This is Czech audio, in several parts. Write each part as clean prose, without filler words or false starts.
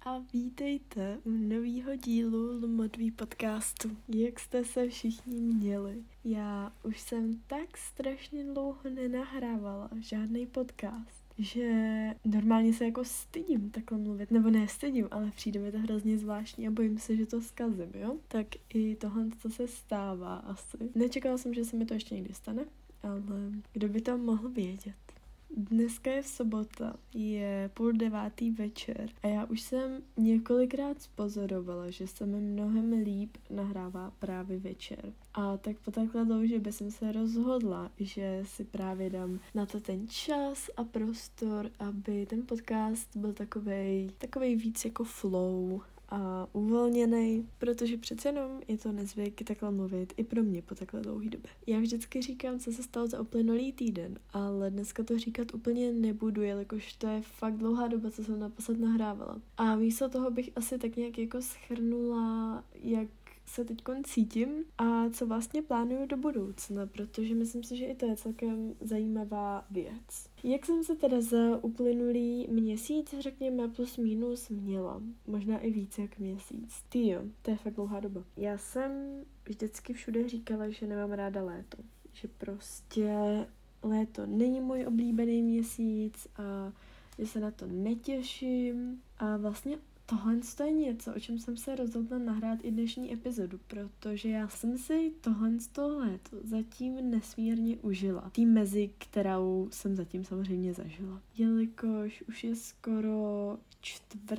a vítejte u nového dílu Lumodví podcastu. Jak jste se všichni měli? Já už jsem tak strašně dlouho nenahrávala žádný podcast, že normálně se jako stydím takhle mluvit, nebo ne stydím, ale přijde mi to hrozně zvláštní a bojím se, že to zkazím, jo? Tak i tohle, co se stává asi. Nečekala jsem, že se mi to ještě někdy stane, ale kdo by to mohl vědět? Dneska je sobota, je 8:30 večer a já už jsem několikrát pozorovala, že se mi mnohem líp nahrává právě večer. A tak po takhle dlouhé bych jsem se rozhodla, že si právě dám na to ten čas a prostor, aby ten podcast byl takovej víc jako flow a uvolněnej, protože přece jenom je to nezvyk takhle mluvit i pro mě po takhle dlouhý době. Já vždycky říkám, co se stalo za uplynulý týden, ale dneska to říkat úplně nebudu, jelikož to je fakt dlouhá doba, co jsem naposled nahrávala. A místo toho bych asi tak nějak jako shrnula, jak se teďkon cítím a co vlastně plánuju do budoucna, protože myslím si, že i to je celkem zajímavá věc. Jak jsem se teda za uplynulý měsíc, řekněme plus minus, měla? Možná i víc jak měsíc. Tyjo, to je fakt dlouhá doba. Já jsem vždycky všude říkala, že nemám ráda léto. Že prostě léto není můj oblíbený měsíc a že se na to netěším a vlastně tohle je něco, o čem jsem se rozhodla nahrát i dnešní epizodu, protože já jsem si tohle léto zatím nesmírně užila. Tý mezi, kterou jsem zatím samozřejmě zažila. Jelikož už je skoro 4.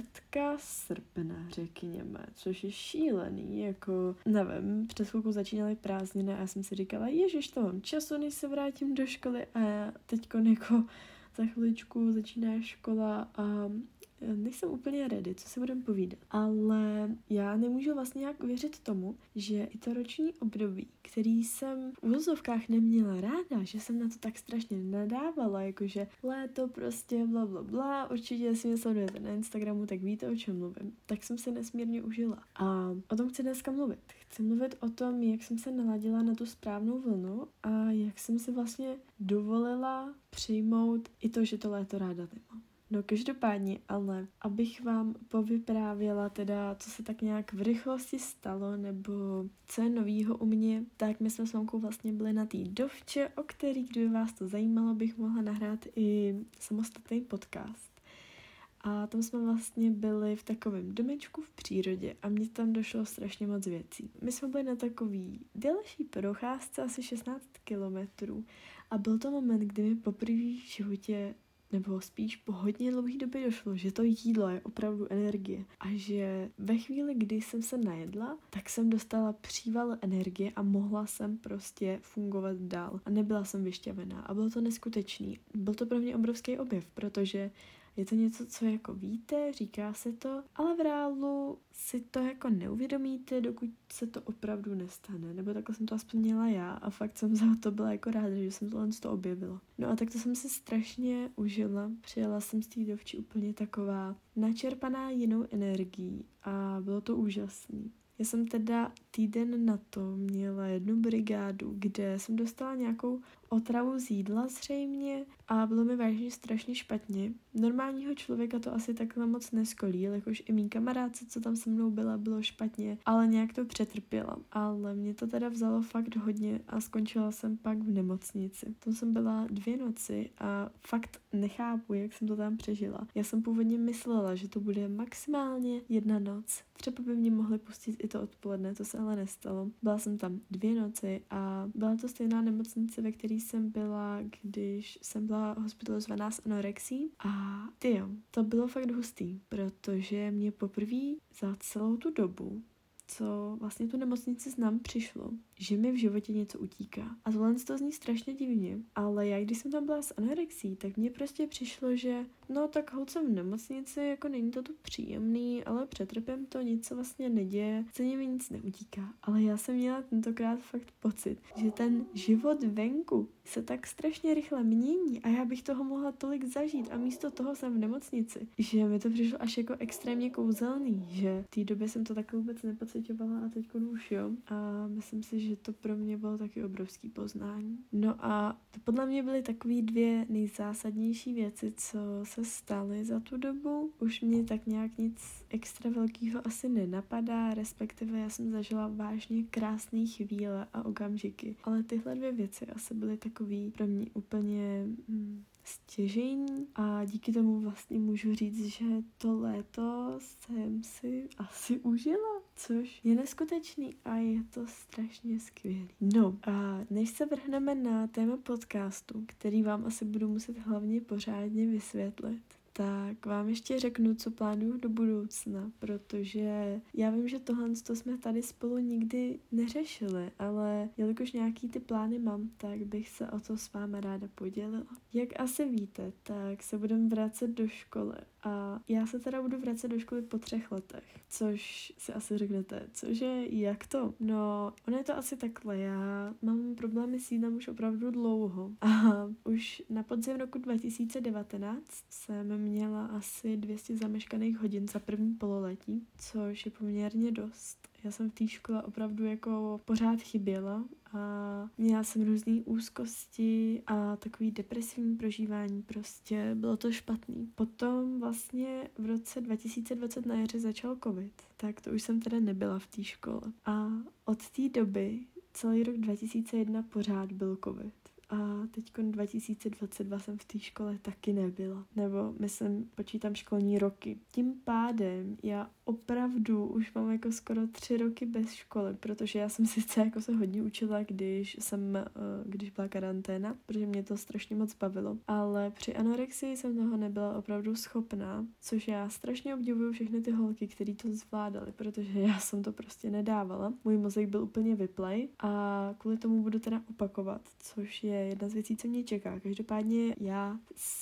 srpna, řekněme, což je šílený, jako, nevím, před chvilkou začínaly prázdniny a já jsem si říkala, ježiš, to mám času, než se vrátím do školy a já teďkon jako za chviličku začíná škola a nejsem úplně ready, co si budeme povídat. Ale já nemůžu vlastně nějak věřit tomu, že i to roční období, který jsem v uvozovkách neměla ráda, že jsem na to tak strašně nadávala, jakože léto prostě bla bla bla, určitě jestli mě sledujete na Instagramu, tak víte, o čem mluvím. Tak jsem si nesmírně užila. A o tom chci dneska mluvit. Chci mluvit o tom, jak jsem se naladila na tu správnou vlnu a jak jsem si vlastně dovolila přijmout i to, že to léto ráda nemám. No každopádně, ale abych vám povyprávěla teda, co se tak nějak v rychlosti stalo, nebo co je novýho u mě, tak my jsme s mamkou vlastně byli na té dovče, o který, kdyby vás to zajímalo, bych mohla nahrát i samostatný podcast. A tam jsme vlastně byli v takovém domečku v přírodě a mně tam došlo strašně moc věcí. My jsme byli na takový delší procházce, asi 16 kilometrů a byl to moment, kdy mi poprvé v životě nebo spíš po hodně dlouhé době došlo, že to jídlo je opravdu energie a že ve chvíli, kdy jsem se najedla, tak jsem dostala příval energie a mohla jsem prostě fungovat dál a nebyla jsem vyšťavená a bylo to neskutečný. Byl to pro mě obrovský objev, protože je to něco, co jako víte, říká se to, ale v reálu si to jako neuvědomíte, dokud se to opravdu nestane. Nebo takhle jsem to aspoň měla já a fakt jsem za to byla jako ráda, že jsem tohle to objevila. No a tak to jsem si strašně užila. Přijela jsem z té dovči úplně taková načerpaná jinou energií a bylo to úžasný. Já jsem teda týden na to měla jednu brigádu, kde jsem dostala nějakou otravu z jídla zřejmě a bylo mi vážně strašně špatně. Normálního člověka to asi takhle moc neskolí, jakož i mý kamarádce, co tam se mnou byla, bylo špatně, ale nějak to přetrpěla. Ale mě to teda vzalo fakt hodně a skončila jsem pak v nemocnici. Tam jsem byla 2 noci a fakt nechápu, jak jsem to tam přežila. Já jsem původně myslela, že to bude maximálně 1 noc. Třeba by mě mohli pustit i to odpoledne, to se ale nestalo. Byla jsem tam 2 noci a byla to stejná nemocnice, ve které jsem byla, když jsem byla hospitalizovaná s anorexí. A tyjo, to bylo fakt hustý, protože mě poprvé za celou tu dobu, co vlastně tu nemocnici znám, přišlo, že mi v životě něco utíká. A tohle to zní strašně divně, ale já, když jsem tam byla s anorexí, tak mně prostě přišlo, že no tak holt jsem v nemocnici, jako není to tu příjemný, ale přetrpím to, nic se vlastně neděje, ceně mi nic neutíká. Ale já jsem měla tentokrát fakt pocit, že ten život venku se tak strašně rychle mění a já bych toho mohla tolik zažít a místo toho jsem v nemocnici, že mi to přišlo až jako extrémně kouzelný, že v té době jsem to tak vůbec nepocitovala a teď už jo. A myslím si, že to pro mě bylo taky obrovský poznání. No a to podle mě byly takový 2 nejzásadnější věci, co se staly za tu dobu. Už mě tak nějak nic extra velkého asi nenapadá, respektive já jsem zažila vážně krásné chvíle a okamžiky. Ale tyhle 2 věci asi byly takový pro mě úplně stěžejní a díky tomu vlastně můžu říct, že to léto jsem si asi užila, což je neskutečný a je to strašně skvělý. No a než se vrhneme na téma podcastu, který vám asi budu muset hlavně pořádně vysvětlit, tak vám ještě řeknu, co plánuju do budoucna, protože já vím, že tohle jsme tady spolu nikdy neřešili, ale jelikož nějaký ty plány mám, tak bych se o to s váma ráda podělila. Jak asi víte, tak se budeme vracet do školy a já se teda budu vracet do školy po 3 letech, což si asi řeknete, cože, jak to? No, ono je to asi takhle, já mám problémy s jídlem už opravdu dlouho a už na podzim roku 2019 jsem měla asi 200 zameškaných hodin za první pololetí, což je poměrně dost. Já jsem v té škole opravdu jako pořád chyběla a měla jsem různý úzkosti a takový depresivní prožívání, prostě bylo to špatný. Potom vlastně v roce 2020 na jaře začal covid, tak to už jsem teda nebyla v té škole. A od té doby celý rok 2001 pořád byl covid. A teď 2022 jsem v té škole taky nebyla. Nebo myslím, počítám školní roky. Tím pádem já opravdu už mám jako skoro 3 roky bez školy, protože já jsem sice jako se hodně učila, když byla karanténa, protože mě to strašně moc bavilo, ale při anorexii jsem toho nebyla opravdu schopná, což já strašně obdivuju všechny ty holky, které to zvládaly, protože já jsem to prostě nedávala. Můj mozek byl úplně vyplej a kvůli tomu budu teda opakovat, což je jedna z věcí, co mě čeká. Každopádně já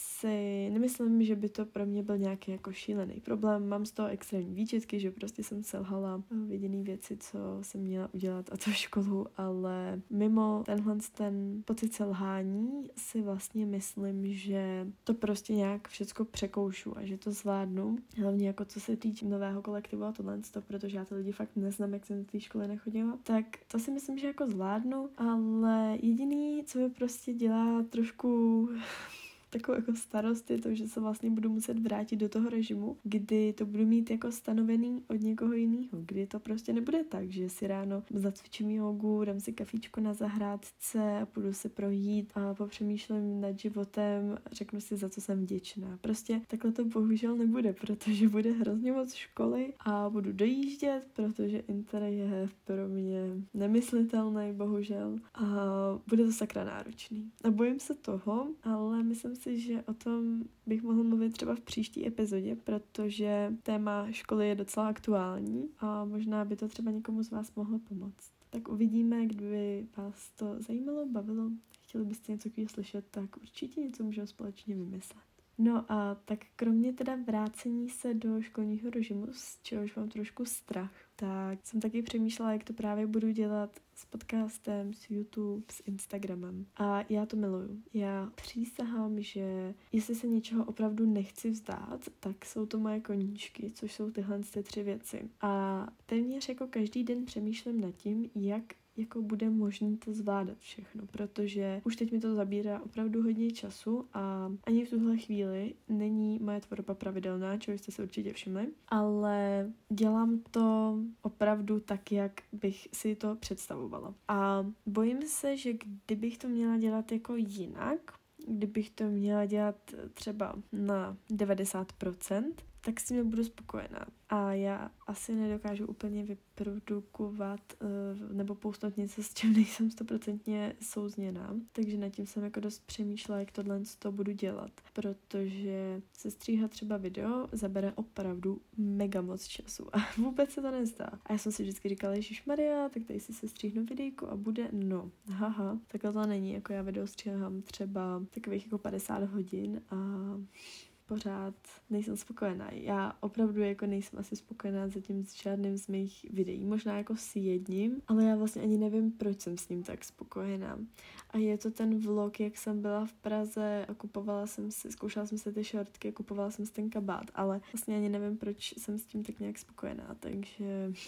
si nemyslím, že by to pro mě byl nějaký jako šílený problém. Mám z toho extrémní výčitky, že prostě jsem selhala v jediný věci, co jsem měla udělat, a to školu, ale mimo ten pocit selhání si vlastně myslím, že to prostě nějak všecko překoušu a že to zvládnu. Hlavně jako co se týče nového kolektivu a tohle, protože já ty lidi fakt neznám, jak jsem do té školy nechodila, tak to si myslím, že jako zvládnu, ale jediný, co mi prostě dělá trošku takovou jako starost je to, že se vlastně budu muset vrátit do toho režimu, kdy to budu mít jako stanovený od někoho jiného, kdy to prostě nebude tak, že si ráno zacvičím jogu, dám si kafíčko na zahrádce a půjdu se projít a popřemýšlím nad životem, řeknu si, za co jsem vděčná. Prostě takhle to bohužel nebude, protože bude hrozně moc školy a budu dojíždět, protože inter je pro mě nemyslitelný, bohužel, a bude to sakra náročný. A bojím se toho, ale myslím si, že o tom bych mohl mluvit třeba v příští epizodě, protože téma školy je docela aktuální a možná by to třeba někomu z vás mohlo pomoct. Tak uvidíme, kdyby vás to zajímalo, bavilo, chtěli byste něco takového slyšet, tak určitě něco můžeme společně vymyslet. No a tak kromě teda vrácení se do školního režimu, z čehož mám trošku strach, tak jsem taky přemýšlela, jak to právě budu dělat s podcastem, s YouTube, s Instagramem. A já to miluju. Já přísahám, že jestli se něčeho opravdu nechci vzdát, tak jsou to moje koníčky, což jsou tyhle 3 věci. A téměř jako každý den přemýšlím nad tím, jak jako bude možné to zvládat všechno, protože už teď mi to zabírá opravdu hodně času a ani v tuhle chvíli není moje tvorba pravidelná, čeho jste se určitě všimli, ale dělám to opravdu tak, jak bych si to představovala. A bojím se, že kdybych to měla dělat jako jinak, kdybych to měla dělat třeba na 90%, tak s tím nebudu spokojená. A já asi nedokážu úplně vyprodukovat nebo pousnout něco, s čím nejsem 100% souzněná. Takže nad tím jsem jako dost přemýšlela, jak tohle budu dělat. Protože se stříhat třeba video zabere opravdu mega moc času. A vůbec se to nezdá. A já jsem si vždycky říkala, ježišmarja, tak tady si se stříhnu videjko a bude, no, haha, takhle to není. Jako já video stříhám třeba takových jako 50 hodin a pořád nejsem spokojená. Já opravdu jako nejsem asi spokojená zatím s žádným z mých videí. Možná jako s jedním, ale já vlastně ani nevím, proč jsem s ním tak spokojená. A je to ten vlog, jak jsem byla v Praze a zkoušela jsem si ty šortky a kupovala jsem si ten kabát, ale vlastně ani nevím, proč jsem s tím tak nějak spokojená, takže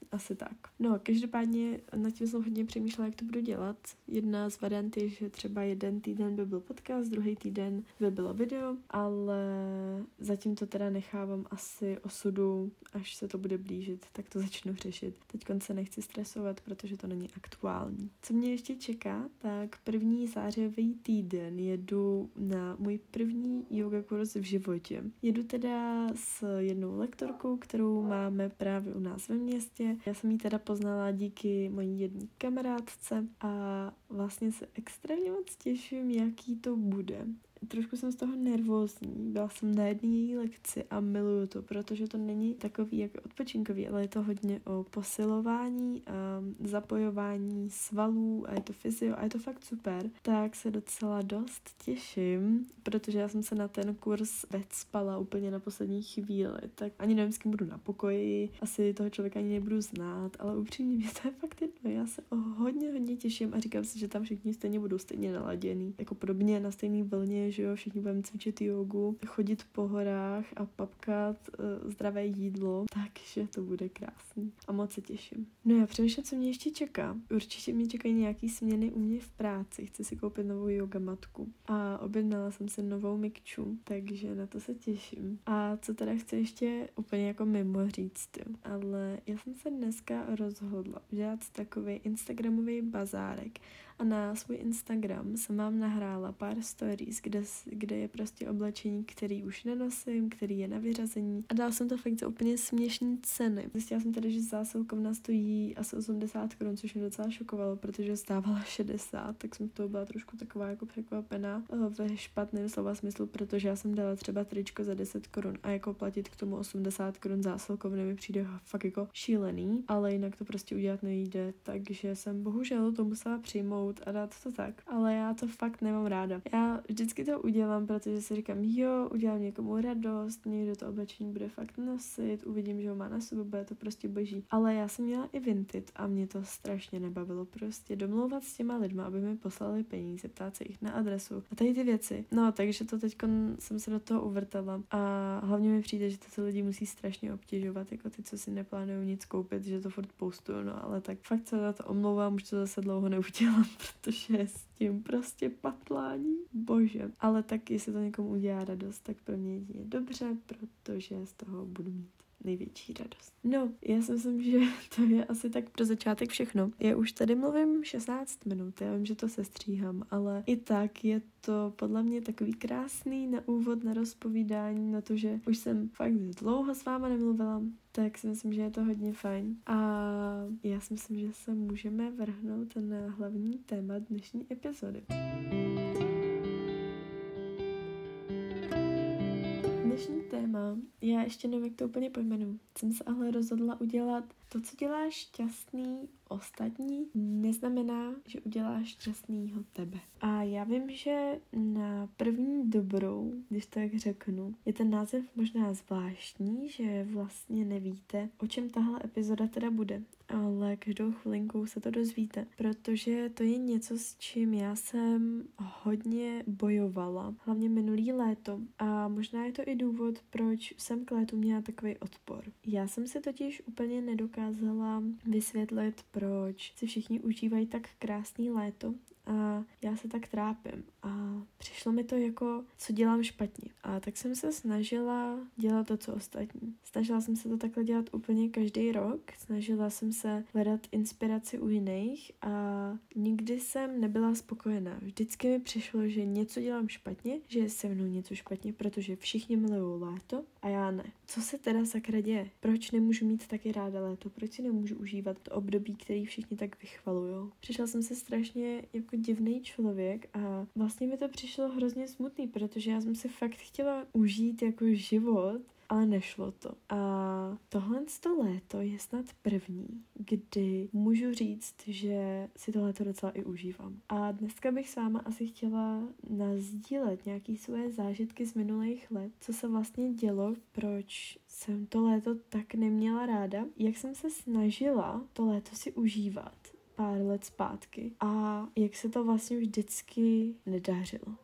asi tak. No, každopádně nad tím jsem hodně přemýšlela, jak to budu dělat. Jedna z variant je, že třeba jeden týden by byl podcast, druhý týden by bylo video, ale zatím to teda nechávám asi osudu, až se to bude blížit, tak to začnu řešit. Teďkon se nechci stresovat, protože to není aktuální. Co mě ještě čeká, tak 1. zářivý týden jedu na můj první yoga kurz v životě. Jedu teda s jednou lektorkou, kterou máme právě u nás ve městě. Já jsem ji teda poznala díky mojí jedné kamarádce a vlastně se extrémně moc těším, jaký to bude. Trošku jsem z toho nervózní, byla jsem na jedné její lekci a miluju to, protože to není takový jako odpočinkový, ale je to hodně o posilování a zapojování svalů a je to fyzio a je to fakt super. Tak se docela dost těším, protože já jsem se na ten kurz vecpala úplně na poslední chvíli, tak ani nevím, s kým budu na pokoji, asi toho člověka ani nebudu znát, ale upřímně mě to je fakt jedno, já se hodně těším a říkám si, že tam všichni stejně budou stejně naladěný, jako podobně na stejný vlně, že jo, všichni budeme cvičit jogu, chodit po horách a papkat zdravé jídlo, takže to bude krásný a moc se těším. No já přemýšlím, co mě ještě čeká. Určitě mě čekají nějaký směny u mě v práci, chci si koupit novou yoga matku a objednala jsem si novou mikču, takže na to se těším. A co teda chci ještě úplně jako mimo říct, jo. Ale já jsem se dneska rozhodla dělat takový instagramový bazárek a na svůj Instagram jsem vám nahrála pár stories, kde je prostě oblečení, který už nenosím, který je na vyřazení a dala jsem to fakt za úplně směšné ceny. Zjistila jsem tedy, že zásilkovna stojí asi 80 Kč, což mě docela šokovalo, protože stávala 60, tak jsem to byla trošku taková jako překvapená ve špatném slova smyslu, protože já jsem dala třeba tričko za 10 Kč a jako platit k tomu 80 Kč zásilkovny mi přijde fakt jako šílený, ale jinak to prostě udělat nejde, takže jsem bohužel to musela přijmout a dát to tak. Ale já to fakt nemám ráda. Já vždycky to udělám, protože si říkám, jo, udělám někomu radost, někdo to oblečení bude fakt nosit, uvidím, že ho má na sobě, bude to prostě boží. Ale já jsem měla i Vinted a mě to strašně nebavilo prostě domlouvat s těma lidma, aby mi poslali peníze, ptát se jich na adresu a tady ty věci. No, takže to teďko jsem se do toho uvrtala a hlavně mi přijde, že to lidi musí strašně obtěžovat, jako ty, co si neplánují nic koupit, že to furt postuju, no, ale tak fakt se za to omlouvám, už to zase dlouho neudělám, protože s tím prostě patlání, bože. Ale tak, jestli to někomu udělá radost, tak pro mě jedině dobře, protože z toho budu mít největší radost. No, já si myslím, že to je asi tak pro začátek všechno. Já už tady mluvím 16 minut, já vím, že to sestříhám, ale i tak je to podle mě takový krásný na úvod, na rozpovídání, na to, že už jsem fakt dlouho s váma nemluvila, tak si myslím, že je to hodně fajn. A já si myslím, že se můžeme vrhnout na hlavní téma dnešní epizody. Dnešní téma, já ještě nevím, jak to úplně pojmenuji. Jsem se ale rozhodla udělat to, co děláš šťastný ostatní, neznamená, že uděláš šťastnýho tebe. A já vím, že na první dobrou, když tak řeknu, je ten název možná zvláštní, že vlastně nevíte, o čem tahle epizoda teda bude. Ale každou chvilinku se to dozvíte, protože to je něco, s čím já jsem hodně bojovala, hlavně minulý léto. A možná je to i důvod, proč jsem k létu měla takový odpor. Já jsem si totiž úplně nedokázala vysvětlit, proč si všichni užívají tak krásný léto a já se tak trápím. A přišlo mi to jako, co dělám špatně. A tak jsem se snažila dělat to, co ostatní. Snažila jsem se to takhle dělat úplně každý rok. Snažila jsem se hledat inspiraci u jiných a nikdy jsem nebyla spokojená. Vždycky mi přišlo, že něco dělám špatně, že je se mnou něco špatně, protože všichni milují léto a já ne. Co se teda sakra děje? Proč nemůžu mít taky ráda léto? Proč si nemůžu užívat to období, který všichni tak vychvalujou? Přišla jsem se strašně jako divný člověk a vlastně mi to přišlo hrozně smutný, protože já jsem si fakt chtěla užít jako život, ale nešlo to. A tohle léto je snad první, kdy můžu říct, že si to léto docela i užívám. A dneska bych s váma asi chtěla nasdílet nějaký svoje zážitky z minulých let, co se vlastně dělo, proč jsem to léto tak neměla ráda, jak jsem se snažila to léto si užívat pár let zpátky a jak se to vlastně vždycky nedařilo.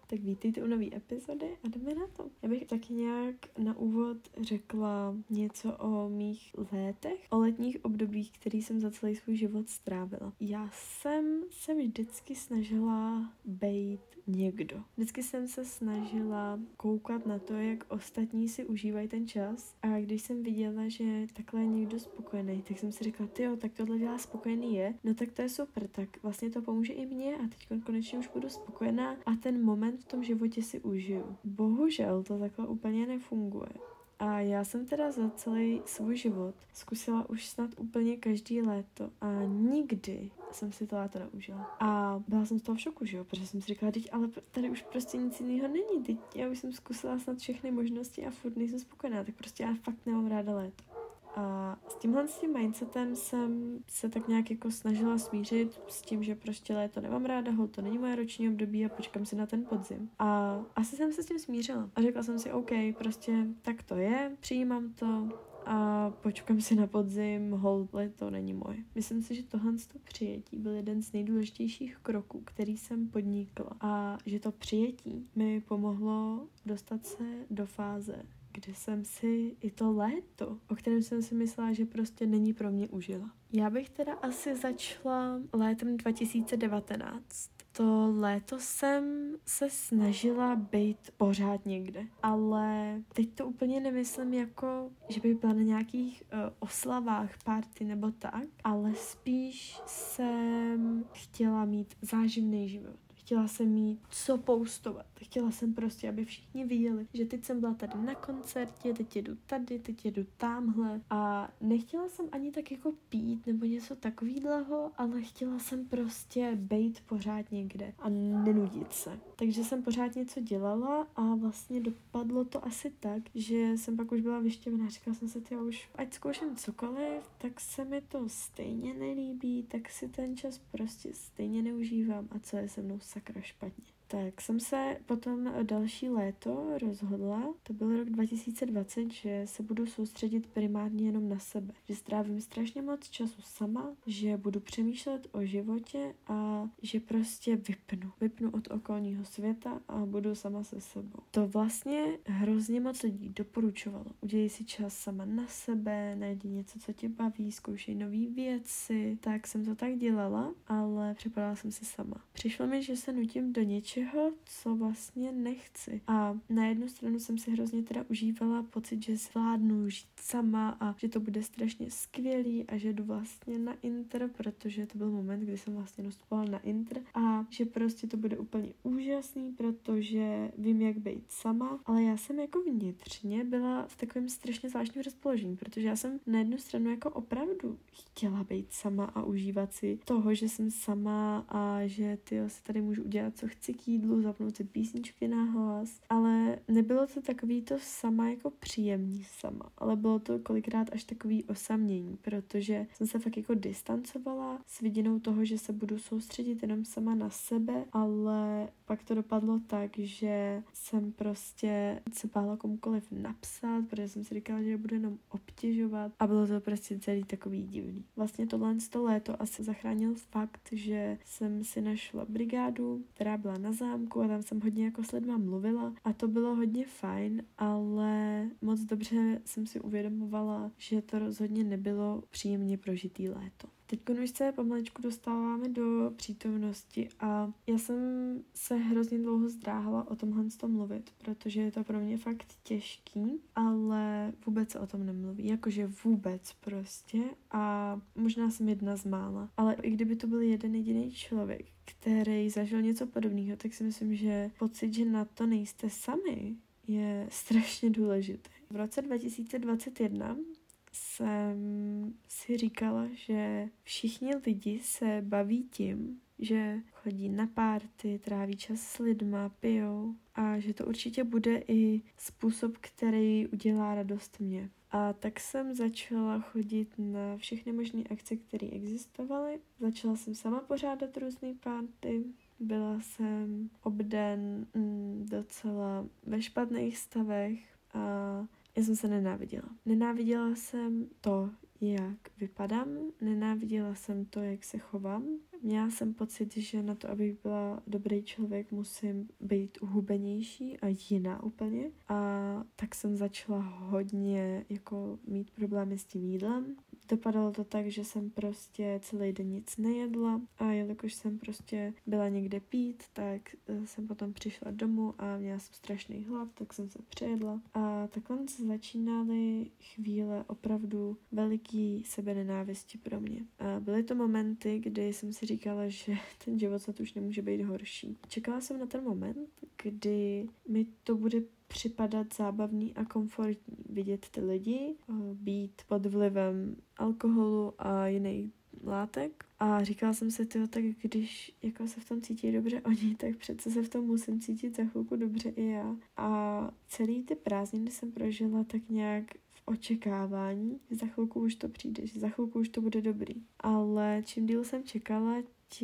Tak vítejte u nový epizody a jdeme na to. Já bych taky nějak na úvod řekla něco o mých létech, o letních obdobích, který jsem za celý svůj život strávila. Já jsem se vždycky snažila bejt někdo. Vždycky jsem se snažila koukat na to, jak ostatní si užívají ten čas, a když jsem viděla, že takhle je někdo spokojený, tak jsem si říkala, tyjo, tak tohle dělá spokojený je, no tak to je super, tak vlastně to pomůže i mně a teď konečně už budu spokojená a ten moment v tom životě si užiju. Bohužel to takhle úplně nefunguje. A já jsem teda za celý svůj život zkusila už snad úplně každý léto a nikdy jsem si to léto neužila. A byla jsem z toho v šoku, že jo, protože jsem si říkala, teď ale tady už prostě nic jiného není, teď já už jsem zkusila snad všechny možnosti a furt nejsem spokojená, tak prostě já fakt nemám ráda léto. A s tímhle mindsetem jsem se tak nějak jako snažila smířit s tím, že prostě léto nemám ráda, to není moje roční období a počkám si na ten podzim. A asi jsem se s tím smířila. A řekla jsem si, OK, prostě tak to je, přijímám to a počkám si na podzim, léto není moje. Myslím si, že tohle přijetí byl jeden z nejdůležitějších kroků, který jsem podnikla. A že to přijetí mi pomohlo dostat se do fáze, kde jsem si i to léto, o kterém jsem si myslela, že prostě není pro mě, užila. Já bych teda asi začala létem 2019. To léto jsem se snažila být pořád někde, ale teď to úplně nemyslím jako, že bych byla na nějakých oslavách, party nebo tak, ale spíš jsem chtěla mít záživný život. Chtěla jsem mít co postovat. Chtěla jsem prostě, aby všichni viděli, že teď jsem byla tady na koncertě, teď jedu tady, teď jedu tamhle. A nechtěla jsem ani tak jako pít nebo něco takového, ale chtěla jsem prostě bejt pořád někde a nenudit se. Takže jsem pořád něco dělala a vlastně dopadlo to asi tak, že jsem pak už byla vyštěvená. Říkala jsem si, už ať zkouším cokoliv, tak se mi to stejně nelíbí, tak si ten čas prostě stejně neužívám a co je se mnou sakra špatně. Tak jsem se potom další léto rozhodla, to byl rok 2020, že se budu soustředit primárně jenom na sebe. Že strávím strašně moc času sama, že budu přemýšlet o životě a že prostě vypnu od okolního světa a budu sama se sebou. To vlastně hrozně moc lidí doporučovalo. Udělej si čas sama na sebe, najdi něco, co tě baví, zkoušej nový věci. Tak jsem to tak dělala, ale připadala jsem si sama. Přišlo mi, že se nutím do něčeho, co vlastně nechci. A na jednu stranu jsem si hrozně teda užívala pocit, že zvládnu žít sama a že to bude strašně skvělý a že jdu vlastně na Inter, protože to byl moment, kdy jsem vlastně nastupovala na Inter a že prostě to bude úplně úžasný, protože vím, jak být sama, ale já jsem jako vnitřně byla v takovém strašně zvláštním rozpoložení, protože já jsem na jednu stranu jako opravdu chtěla být sama a užívat si toho, že jsem sama a že si tady můžu udělat, co chci k jídlu, zapnout si písničky na hlas, ale nebylo to takový to sama jako příjemný sama, ale bylo to kolikrát až takový osamění, protože jsem se fakt jako distancovala s vidinou toho, že se budu soustředit jenom sama na sebe, ale pak to dopadlo tak, že jsem prostě se bála komukoliv napsat, protože jsem si říkala, že je budu jenom obtěžovat a bylo to prostě celý takový divný. Vlastně tohle léto asi zachránil fakt, že jsem si našla brigádu, která byla na zámku a tam jsem hodně jako s lidma mluvila a to bylo hodně fajn, ale moc dobře jsem si uvědomovala, že to rozhodně nebylo příjemně prožitý léto. Teď už se pomaličku dostáváme do přítomnosti a já jsem se hrozně dlouho zdráhala o tomhle mluvit, protože je to pro mě fakt těžký, ale vůbec se o tom nemluví, jakože vůbec prostě a možná jsem jedna z mála, ale i kdyby to byl jeden jediný člověk, který zažil něco podobného, tak si myslím, že pocit, že na to nejste sami, je strašně důležitý. V roce 2021 jsem si říkala, že všichni lidi se baví tím, že chodí na párty, tráví čas s lidma, pijou a že to určitě bude i způsob, který udělá radost mě. A tak jsem začala chodit na všechny možné akce, které existovaly. Začala jsem sama pořádat různé párty. Byla jsem obden docela ve špatných stavech a já jsem se nenáviděla. Nenáviděla jsem to, jak vypadám, nenáviděla jsem to, jak se chovám. Měla jsem pocit, že na to, abych byla dobrý člověk, musím být uhubenější a jiná úplně. A tak jsem začala hodně jako mít problémy s tím jídlem. Dopadalo to tak, že jsem prostě celý den nic nejedla a jelikož jsem prostě byla někde pít, tak jsem potom přišla domů a měla jsem strašný hlad, tak jsem se přejedla. A takhle se začínaly chvíle opravdu veliký sebenenávisti pro mě. A byly to momenty, kdy jsem si říkala, že ten život snad už nemůže být horší. Čekala jsem na ten moment, kdy mi to bude připadat zábavný a komfortní. Vidět ty lidi, být pod vlivem alkoholu a jiných látek. A říkala jsem si, tak když jako se v tom cítí dobře oni, tak přece se v tom musím cítit za chvilku dobře i já. A celý ty prázdniny jsem prožila tak nějak v očekávání, že za chvilku už to přijde, že za chvilku už to bude dobrý. Ale čím díl jsem čekala,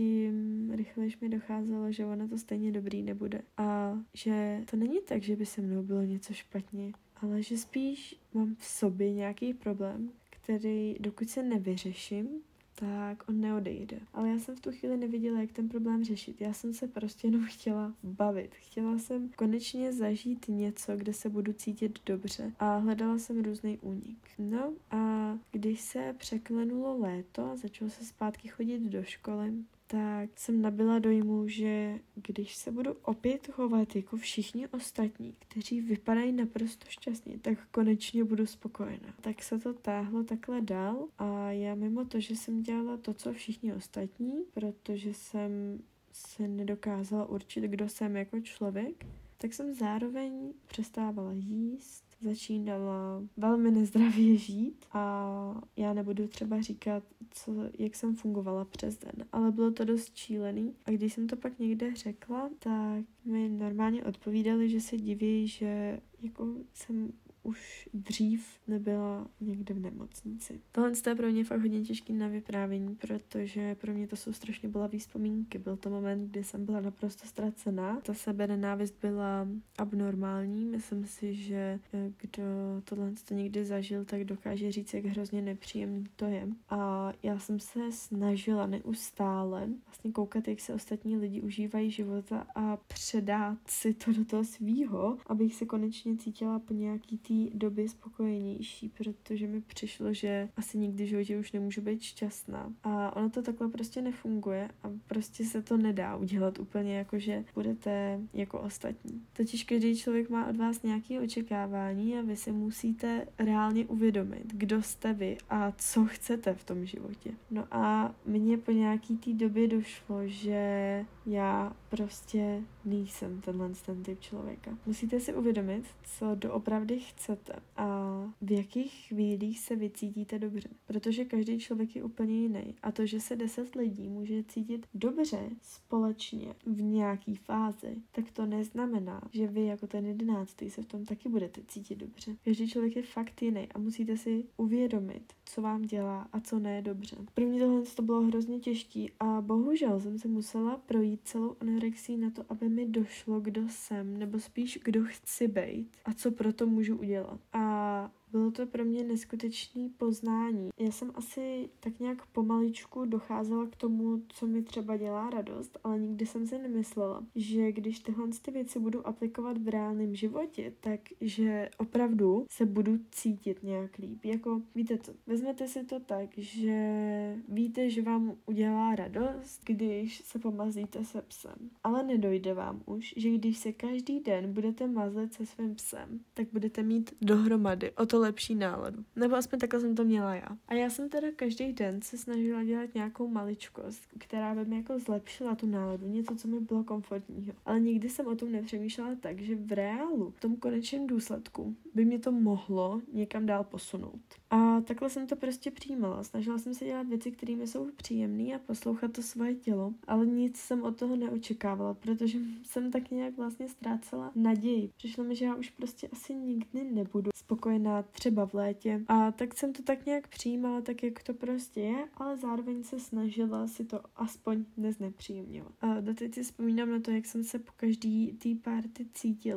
tím rychlejš mi docházelo, že ono to stejně dobrý nebude. A že to není tak, že by se mnou bylo něco špatně, ale že spíš mám v sobě nějaký problém, který dokud se nevyřeším, tak on neodejde. Ale já jsem v tu chvíli nevěděla, jak ten problém řešit. Já jsem se prostě jenom chtěla bavit. Chtěla jsem konečně zažít něco, kde se budu cítit dobře. A hledala jsem různý únik. No a když se překlenulo léto a začalo se zpátky chodit do školy, tak jsem nabyla dojmu, že když se budu opět chovat jako všichni ostatní, kteří vypadají naprosto šťastně, tak konečně budu spokojená. Tak se to táhlo takhle dál a já mimo to, že jsem dělala to, co všichni ostatní, protože jsem se nedokázala určit, kdo jsem jako člověk, tak jsem zároveň přestávala jíst, začínala velmi nezdravě žít a já nebudu třeba říkat, jak jsem fungovala přes den, ale bylo to dost šílený a když jsem to pak někde řekla, tak mi normálně odpovídali, že se diví, že jako jsem už dřív nebyla někde v nemocnici. Tohle je pro mě fakt hodně těžký na vyprávění, protože pro mě to jsou strašně bolavý vzpomínky. Byl to moment, kdy jsem byla naprosto ztracená. Ta sebenenávist byla abnormální. Myslím si, že kdo tohle někdy zažil, tak dokáže říct, jak hrozně nepříjemný to je. A já jsem se snažila neustále vlastně koukat, jak se ostatní lidi užívají života a předat si to do toho svýho, abych se konečně cítila po nějaký té doby spokojenější, protože mi přišlo, že asi nikdy v životě už nemůžu být šťastná. A ono to takhle prostě nefunguje a prostě se to nedá udělat úplně jako, že budete jako ostatní. Totiž každý člověk má od vás nějaké očekávání a vy si musíte reálně uvědomit, kdo jste vy a co chcete v tom životě. No a mně po nějaký té době došlo, že já prostě nejsem ten typ člověka. Musíte si uvědomit, co doopravdy chcete a v jakých chvílích se vycítíte dobře. Protože každý člověk je úplně jiný. A to, že se 10 lidí může cítit dobře společně v nějaký fázi, tak to neznamená, že vy jako ten 11. se v tom taky budete cítit dobře. Každý člověk je fakt jiný a musíte si uvědomit, co vám dělá a co ne dobře. Pro mě tohle to bylo hrozně těžký a bohužel jsem se musela projít celou anorexii na to, aby mi došlo, kdo jsem, nebo spíš kdo chci být a co proto můžu udělat. A bylo to pro mě neskutečné poznání. Já jsem asi tak nějak pomaličku docházela k tomu, co mi třeba dělá radost, ale nikdy jsem si nemyslela, že když tyhle věci budu aplikovat v reálném životě, takže opravdu se budu cítit nějak líp. Jako, víte co, vezmete si to tak, že víte, že vám udělá radost, když se pomazlíte se psem. Ale nedojde vám už, že když se každý den budete mazlit se svým psem, tak budete mít dohromady o to lepší náladu. Nebo aspoň takhle jsem to měla já. A já jsem teda každý den se snažila dělat nějakou maličkost, která by mi jako zlepšila tu náladu, něco, co mi bylo komfortního. Ale nikdy jsem o tom nepřemýšlela tak, že v reálu, v tom konečném důsledku, by mě to mohlo někam dál posunout. A takhle jsem to prostě přijímala. Snažila jsem se dělat věci, které mi jsou příjemné a poslouchat to svoje tělo, ale nic jsem od toho neočekávala, protože jsem tak nějak vlastně ztrácela naději. Přišlo mi, že já už prostě asi nikdy nebudu spokojená třeba v létě. A tak jsem to tak nějak přijímala, tak jak to prostě je, ale zároveň se snažila si to aspoň neznepříjemňovat. A doteď si vzpomínám na to, jak jsem se po každý té party cítila,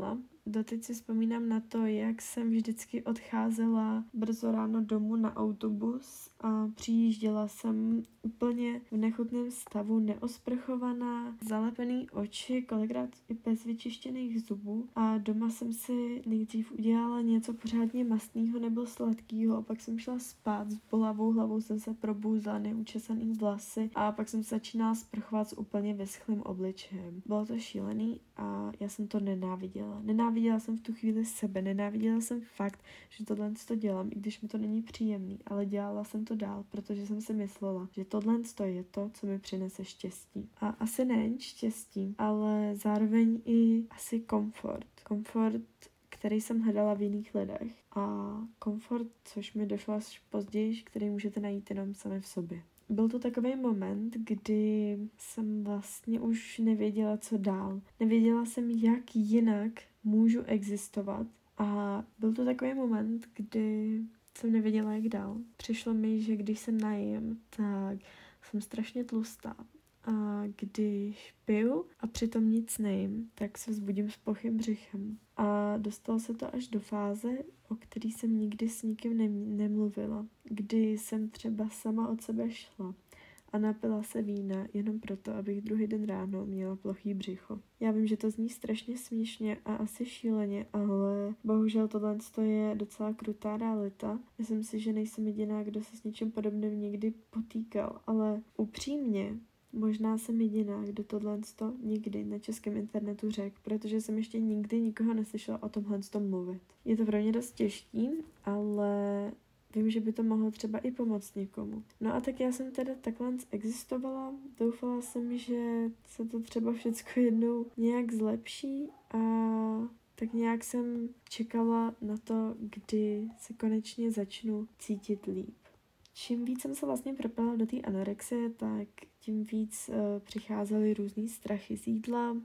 doteď si vzpomínám na to, jak jsem vždycky odcházela brzo ráno domů na autobus a přijížděla jsem úplně v nechutném stavu, neosprchovaná, zalepený oči, kolikrát i bez vyčištěných zubů a doma jsem si nejdřív udělala něco pořádně mastného nebo sladkého a pak jsem šla spát, s bolavou hlavou jsem se probouzla, neučesaný vlasy a pak jsem začínala sprchovat s úplně vyschlým obličejem. Bylo to šílený a já jsem to nenáviděla. Nenáviděla jsem v tu chvíli sebe, nenáviděla jsem fakt, že tohle to dělám, i když mi to není příjemný, ale dělala jsem to dál, protože jsem si myslela, že tohle je to, co mi přinese štěstí. A asi nejen štěstí, ale zároveň i asi komfort. Komfort, který jsem hledala v jiných lidech. A komfort, což mi došlo až později, který můžete najít jenom sami v sobě. Byl to takový moment, kdy jsem vlastně už nevěděla, co dál. Nevěděla jsem, jak jinak můžu existovat. A byl to takový moment, kdy jsem nevěděla, jak dál. Přišlo mi, že když se najím, tak jsem strašně tlustá. A když piju a přitom nic nejím, tak se vzbudím s plochým břichem. A dostalo se to až do fáze, o který jsem nikdy s nikým nemluvila. Kdy jsem třeba sama od sebe šla a napila se vína jenom proto, abych druhý den ráno měla plochý břicho. Já vím, že to zní strašně směšně a asi šíleně, ale bohužel tohle je docela krutá realita. Myslím si, že nejsem jediná, kdo se s něčím podobným někdy potýkal, ale upřímně, možná jsem jediná, kdo tohle nikdy na českém internetu řekl, protože jsem ještě nikdy nikoho neslyšela o tomhle mluvit. Je to pro mě dost těžký, ale vím, že by to mohlo třeba i pomoct někomu. No a tak já jsem teda takhle existovala, doufala jsem, že se to třeba všecko jednou nějak zlepší a tak nějak jsem čekala na to, kdy se konečně začnu cítit líp. Čím víc jsem se vlastně propala do té anorexie, tak tím víc přicházely různý strachy z jídla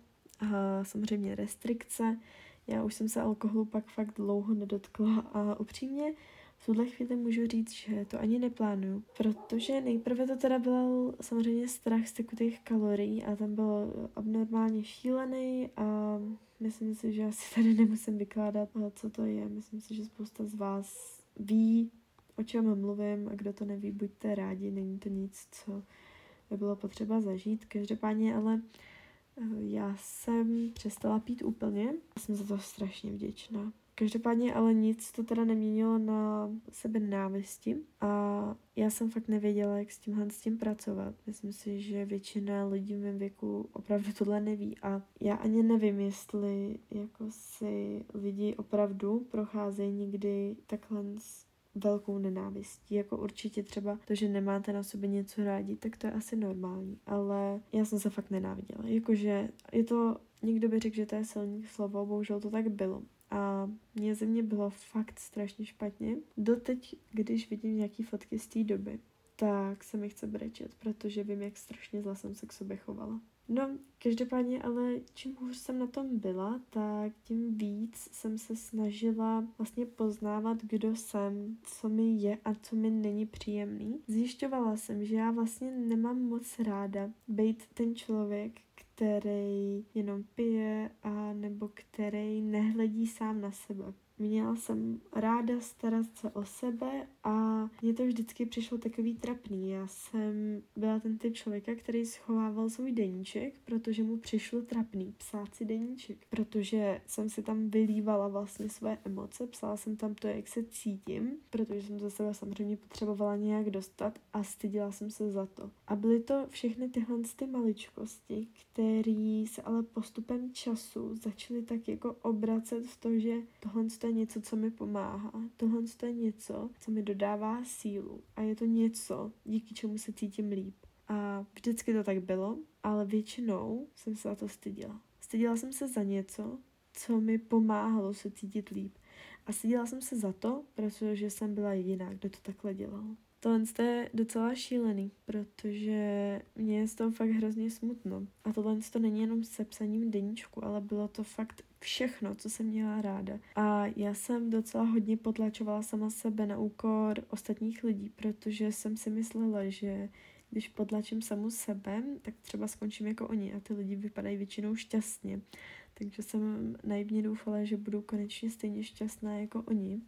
a samozřejmě restrikce. Já už jsem se alkoholu pak fakt dlouho nedotkla a upřímně v tuhle chvíli můžu říct, že to ani neplánuju, protože nejprve to teda byl samozřejmě strach z tekutých kalorií a ten byl abnormálně šílený a myslím si, že asi tady nemusím vykládat, co to je. Myslím si, že spousta z vás ví, o čem mluvím a kdo to neví, buďte rádi, není to nic, co by bylo potřeba zažít. Každopádně ale já jsem přestala pít úplně a jsem za to strašně vděčná. Každopádně ale nic to teda neměnilo na sebe nenávisti a já jsem fakt nevěděla, jak s tím pracovat. Myslím si, že většina lidí v mém věku opravdu tohle neví a já ani nevím, jestli jako si lidi opravdu procházejí někdy takhle velkou nenávistí, jako určitě třeba to, že nemáte na sobě něco rádi, tak to je asi normální, ale já jsem se fakt nenáviděla, jakože je to, někdo by řekl, že to je silný slovo, bohužel to tak bylo. A mě ze mě bylo fakt strašně špatně. Doteď, když vidím nějaký fotky z té doby, tak se mi chce brečet, protože vím, jak strašně zle jsem se k sobě chovala. No, každopádně, ale čím hůř jsem na tom byla, tak tím víc jsem se snažila vlastně poznávat, kdo jsem, co mi je a co mi není příjemný. Zjišťovala jsem, že já vlastně nemám moc ráda být ten člověk, který jenom pije a nebo který nehledí sám na sebe. Měla jsem ráda starat se o sebe a mně to vždycky přišlo takový trapný. Já jsem byla ten typ člověka, který schovával svůj deníček, protože mu přišlo trapný psát si deníček. Protože jsem si tam vylívala vlastně své emoce, psala jsem tam to, jak se cítím, protože jsem za sebe samozřejmě potřebovala nějak dostat a styděla jsem se za to. A byly to všechny tyhle ty maličkosti, které se ale postupem času začaly tak jako obracet v to, že tohle je něco, co mi pomáhá. Tohle je něco, co mi dodává sílu. A je to něco, díky čemu se cítím líp. A vždycky to tak bylo, ale většinou jsem se za to styděla. Styděla jsem se za něco, co mi pomáhalo se cítit líp. A styděla jsem se za to, protože jsem byla jediná, kdo to takhle dělal. Tohle je docela šílený, protože mě je z toho fakt hrozně smutno. A tohle to není jenom se psaním deníčku, ale bylo to fakt všechno, co jsem měla ráda. A já jsem docela hodně potlačovala sama sebe na úkor ostatních lidí, protože jsem si myslela, že když potlačím samu sebe, tak třeba skončím jako oni a ty lidi vypadají většinou šťastně. takže jsem naivně doufala, že budu konečně stejně šťastná jako oni.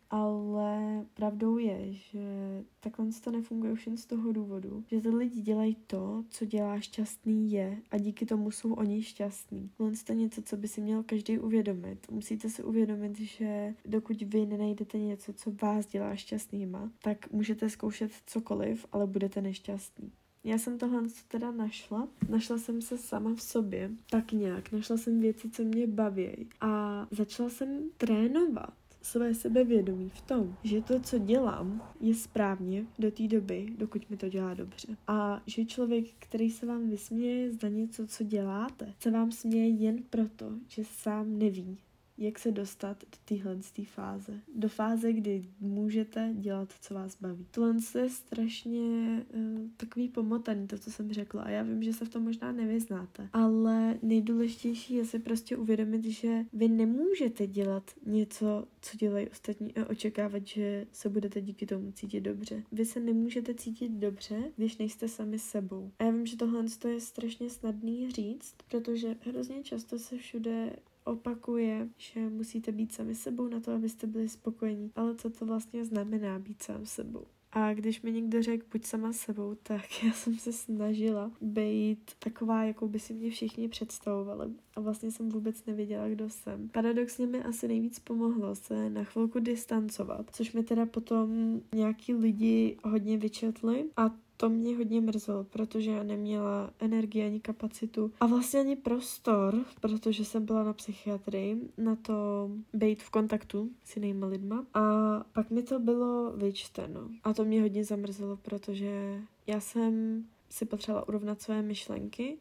Ale pravdou je, že takhle to nefunguje už jen z toho důvodu, že ty lidi dělají to, co dělá šťastný je a díky tomu jsou oni šťastní. Tohle je něco, co by si měl každý uvědomit. Musíte si uvědomit, že dokud vy nenajdete něco, co vás dělá šťastnýma, tak můžete zkoušet cokoliv, ale budete nešťastní. Já jsem tohle teda našla. Našla jsem se sama v sobě, tak nějak. Našla jsem věci, co mě baví a začala jsem trénovat své sebevědomí v tom, že to, co dělám, je správně do té doby, dokud mi to dělá dobře. A že člověk, který se vám vysměje za něco, co děláte, se vám směje jen proto, že sám neví, jak se dostat do téhle fáze. Do fáze, kdy můžete dělat, co vás baví. Tohle je strašně takový pomotaný, to, co jsem řekla. A já vím, že se v tom možná nevyznáte. Ale nejdůležitější je si prostě uvědomit, že vy nemůžete dělat něco, co dělají ostatní a očekávat, že se budete díky tomu cítit dobře. Vy se nemůžete cítit dobře, když nejste sami sebou. A já vím, že tohle je strašně snadný říct, protože hrozně často se všude opakuje, že musíte být sami sebou na to, abyste byli spokojení. Ale co to vlastně znamená být sám sebou? A když mi někdo řekl, buď sama sebou, tak já jsem se snažila být taková, jakou by si mě všichni představovali. A vlastně jsem vůbec nevěděla, kdo jsem. Paradoxně mi asi nejvíc pomohlo se na chvilku distancovat, což mi teda potom nějaký lidi hodně vyčetli a to mě hodně mrzelo, protože já neměla energii ani kapacitu a vlastně ani prostor, protože jsem byla na psychiatrii, na to být v kontaktu s jinýma lidma. A pak mi to bylo vyčteno. A to mě hodně zamrzelo, protože já jsem si potřebovala urovnat své myšlenky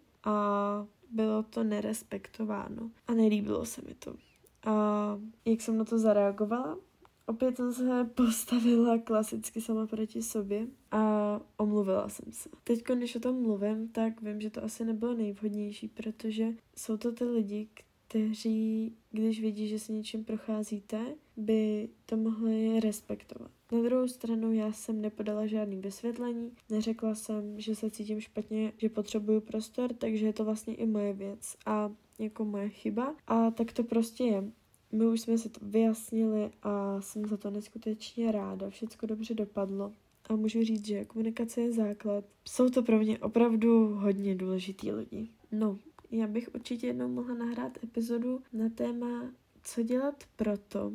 a bylo to nerespektováno. A nelíbilo se mi to. A jak jsem na to zareagovala? Opět jsem se postavila klasicky sama proti sobě a omluvila jsem se. Teď, když o tom mluvím, tak vím, že to asi nebylo nejvhodnější, protože jsou to ty lidi, kteří, když vidí, že si něčím procházíte, by to mohli respektovat. Na druhou stranu já jsem nepodala žádný vysvětlení, neřekla jsem, že se cítím špatně, že potřebuju prostor, takže je to vlastně i moje věc a jako moje chyba a tak to prostě je. My už jsme si to vyjasnili a jsem za to neskutečně ráda. Všecko dobře dopadlo. A můžu říct, že komunikace je základ. Jsou to pro mě opravdu hodně důležitý lidi. No, já bych určitě jednou mohla nahrát epizodu na téma, co dělat proto,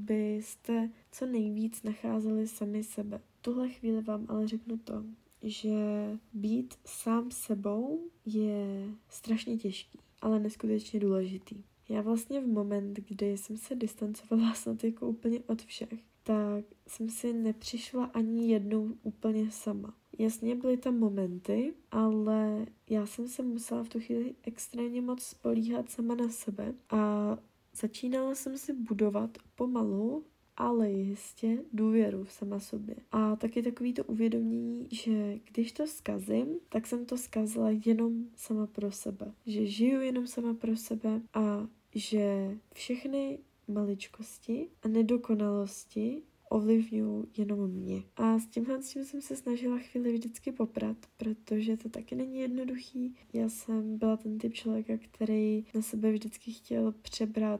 abyste co nejvíc nacházeli sami sebe. V tuhle chvíli vám ale řeknu to, že být sám sebou je strašně těžký, ale neskutečně důležitý. Já vlastně v moment, kdy jsem se distancovala snad jako úplně od všech, tak jsem si nepřišla ani jednou úplně sama. Jasně byly tam momenty, ale já jsem se musela v tu chvíli extrémně moc spolíhat sama na sebe a začínala jsem si budovat pomalu, ale jistě důvěru sama sobě. A taky takový to uvědomění, že když to zkazím, tak jsem to zkazila jenom sama pro sebe. Že žiju jenom sama pro sebe a že všechny maličkosti a nedokonalosti ovlivňují jenom mě. A s tím jsem se snažila chvíli vždycky poprat, protože to taky není jednoduchý. Já jsem byla ten typ člověka, který na sebe vždycky chtěl přebrat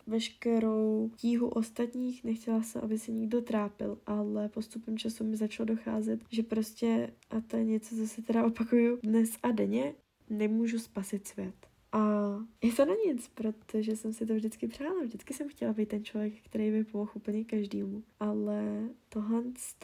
veškerou tíhu ostatních, nechtěla jsem, aby se nikdo trápil, ale postupem času mi začalo docházet, že prostě, a to je něco, co se teda opakuju dnes a denně, nemůžu spasit svět. A je to na nic, protože jsem si to vždycky přála. Vždycky jsem chtěla být ten člověk, který by pomohl úplně každému. Ale tohle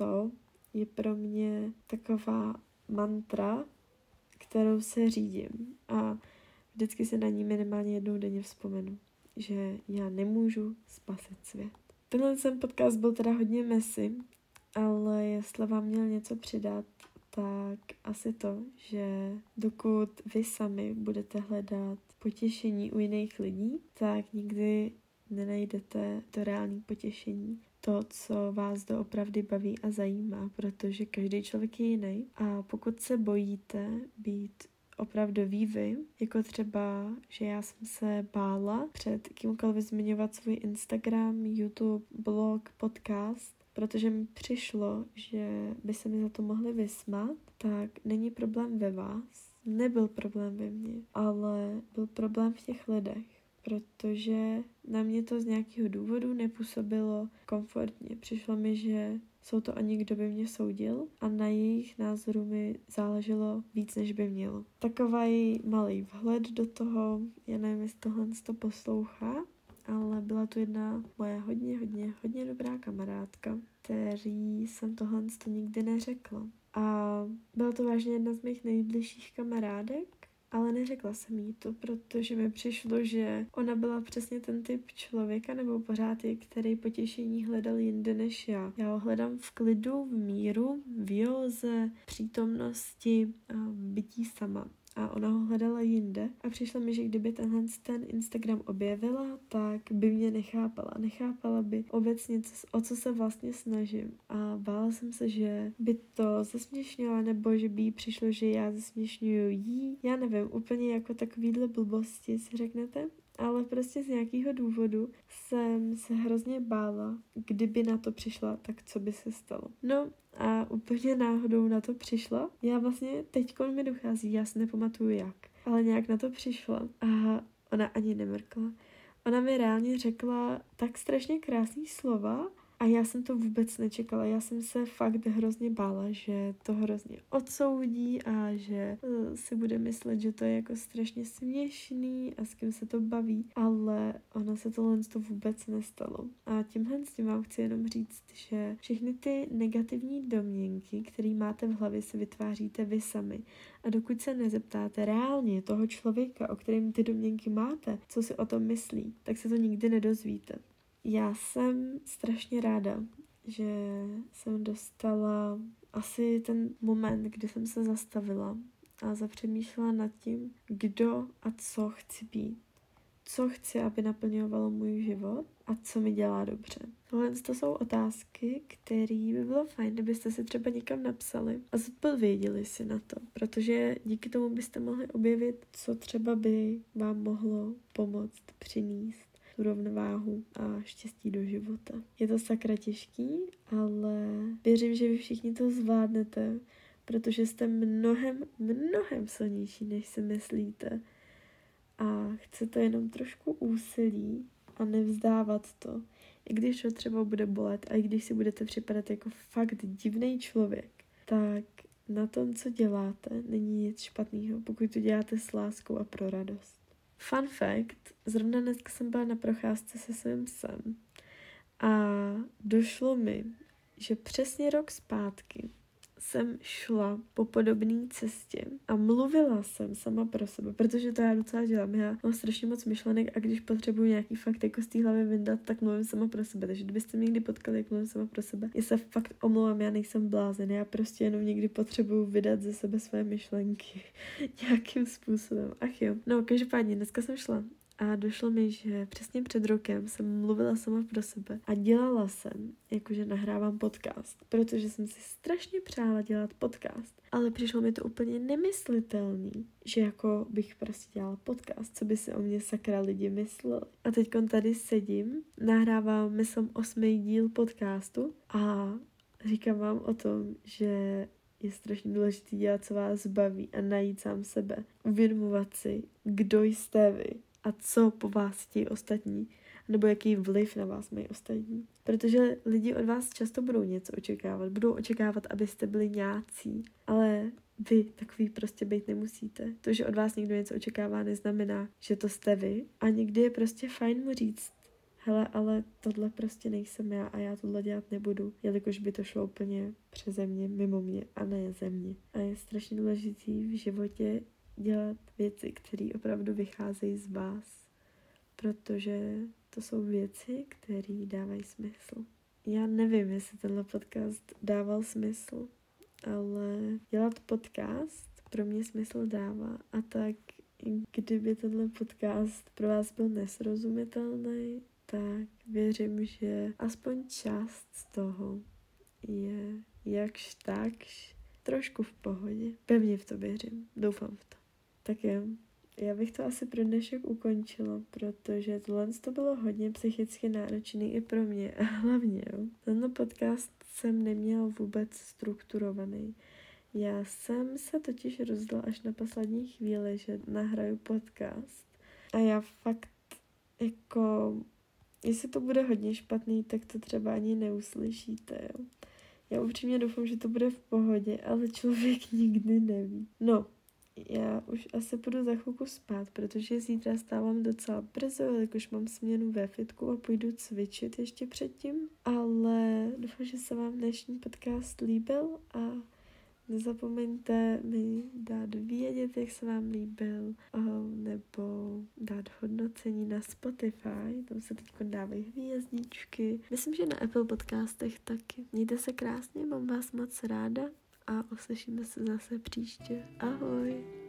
je pro mě taková mantra, kterou se řídím. A vždycky se na ní minimálně jednou denně vzpomenu, že já nemůžu spasit svět. Tenhle podcast byl teda hodně messy, ale jestli vám měl něco přidat, tak asi to, že dokud vy sami budete hledat potěšení u jiných lidí, tak nikdy nenajdete to reální potěšení, to, co vás doopravdy baví a zajímá, protože každý člověk je jiný. A pokud se bojíte být opravdový vy, jako třeba, že já jsem se bála před kýmkoliv zmiňovat svůj Instagram, YouTube, blog, podcast, protože mi přišlo, že by se mi za to mohli vysmát, tak není problém ve vás, nebyl problém ve mně, ale byl problém v těch lidech. protože na mě to z nějakého důvodu nepůsobilo komfortně. Přišlo mi, že jsou to oni, kdo by mě soudil a na jejich názoru mi záleželo víc, než by mělo. Takový malý vhled do toho, já nevím, jestli tohle to poslouchá, ale byla tu jedna moje hodně dobrá kamarádka, který jsem tohle nikdy neřekla. A byla to vážně jedna z mých nejbližších kamarádek, ale neřekla jsem jí to, protože mi přišlo, že ona byla přesně ten typ člověka, nebo pořád je, který potěšení hledal jinde než já. Já ho hledám v klidu, v míru, v józe, přítomnosti a bytí sama. A ona ho hledala jinde a přišlo mi, že kdyby ten Instagram objevila, tak by mě nechápala. Nechápala by obecně, o co se vlastně snažím. A bála jsem se, že by to zesměšnila, nebo že by jí přišlo, že já zesměšňuju jí. Já nevím, úplně jako takovýhle blbosti si řeknete. Ale prostě z nějakého důvodu jsem se hrozně bála, kdyby na to přišla, tak co by se stalo. No a úplně náhodou na to přišla. Já vlastně teďkon mi dochází, já si nepamatuju jak, ale nějak na to přišla a ona ani nemrkla. Ona mi reálně řekla tak strašně krásný slova, a já jsem to vůbec nečekala. Já jsem se fakt hrozně bála, že to hrozně odsoudí a že si bude myslet, že to je jako strašně směšný a s kým se to baví, ale ona se tohle vůbec nestalo. A tímhle s tím vám chci jenom říct, že všechny ty negativní domněnky, které máte v hlavě, si vytváříte vy sami. A dokud se nezeptáte reálně toho člověka, o kterém ty domněnky máte, co si o tom myslí, tak se to nikdy nedozvíte. Já jsem strašně ráda, že jsem dostala asi ten moment, kdy jsem se zastavila a zapřemýšlela nad tím, kdo a co chci být. Co chci, aby naplňovalo můj život a co mi dělá dobře. Tohle to jsou otázky, které by bylo fajn, kdybyste si třeba někam napsali a zodpověděli si na to, protože díky tomu byste mohli objevit, co třeba by vám mohlo pomoct přinést rovnováhu a štěstí do života. Je to sakra těžký, ale věřím, že vy všichni to zvládnete, protože jste mnohem silnější, než si myslíte. A chcete jenom trošku úsilí a nevzdávat to. I když to třeba bude bolet a i když si budete připadat jako fakt divný člověk, tak na tom, co děláte, není nic špatného, pokud to děláte s láskou a pro radost. Fun fact, zrovna dneska jsem byla na procházce se svým psem a došlo mi, že přesně rok zpátky jsem šla po podobné cestě a mluvila jsem sama pro sebe, protože to já docela dělám. Já mám strašně moc myšlenek a když potřebuji nějaký fakt jako z té hlavy vyndat, tak mluvím sama pro sebe. Takže kdybyste mě někdy potkali, jak mluvím sama pro sebe, já se fakt omlouvám, já nejsem blázen, já prostě jenom někdy potřebuji vydat ze sebe své myšlenky nějakým způsobem. Ach jo. No, každopádně, dneska jsem šla a došlo mi, že přesně před rokem jsem mluvila sama pro sebe a dělala jsem, jakože nahrávám podcast, protože jsem si strašně přála dělat podcast, ale přišlo mi to úplně nemyslitelný, že jako bych prostě dělala podcast, co by si o mě sakra lidi mysleli. A teďkon tady sedím, nahrávám, myslím, 8. díl podcastu a říkám vám o tom, že je strašně důležité dělat, co vás baví a najít sám sebe, uvědomovat si, kdo jste vy a co po vás chtějí ostatní, nebo jaký vliv na vás mají ostatní. Protože lidi od vás často budou něco očekávat. Budou očekávat, abyste byli nějací, ale vy takový prostě být nemusíte. To, že od vás někdo něco očekává, neznamená, že to jste vy. A někdy je prostě fajn mu říct, hele, ale tohle prostě nejsem já a já tohle dělat nebudu, jelikož by to šlo úplně přeze mě, mimo mě a ne ze mě. A je strašně důležitý v životě dělat věci, které opravdu vycházejí z vás, protože to jsou věci, které dávají smysl. Já nevím, jestli tenhle podcast dával smysl, ale dělat podcast pro mě smysl dává a tak kdyby tenhle podcast pro vás byl nesrozumitelný, tak věřím, že aspoň část z toho je jakž takž trošku v pohodě. Pevně v to věřím, doufám v to. Tak jo, já bych to asi pro dnešek ukončila, protože tohle to bylo hodně psychicky náročný i pro mě a hlavně, jo. Tenhle podcast jsem neměla vůbec strukturovaný. Já jsem se totiž rozhodla až na poslední chvíli, že nahraju podcast a já fakt jako, jestli to bude hodně špatný, tak to třeba ani neuslyšíte, jo. Já upřímně doufám, že to bude v pohodě, ale člověk nikdy neví. No, já už asi půjdu za chvilku spát, protože zítra stávám docela brzo, jakož mám směnu ve fitku a půjdu cvičit ještě předtím. Ale doufám, že se vám dnešní podcast líbil a nezapomeňte mi dát vědět, jak se vám líbil, nebo dát hodnocení na Spotify, tam se teď dávají hvězdičky. Myslím, že na Apple podcastech taky. Mějte se krásně, mám vás moc ráda a uslyšíme se zase příště. Ahoj!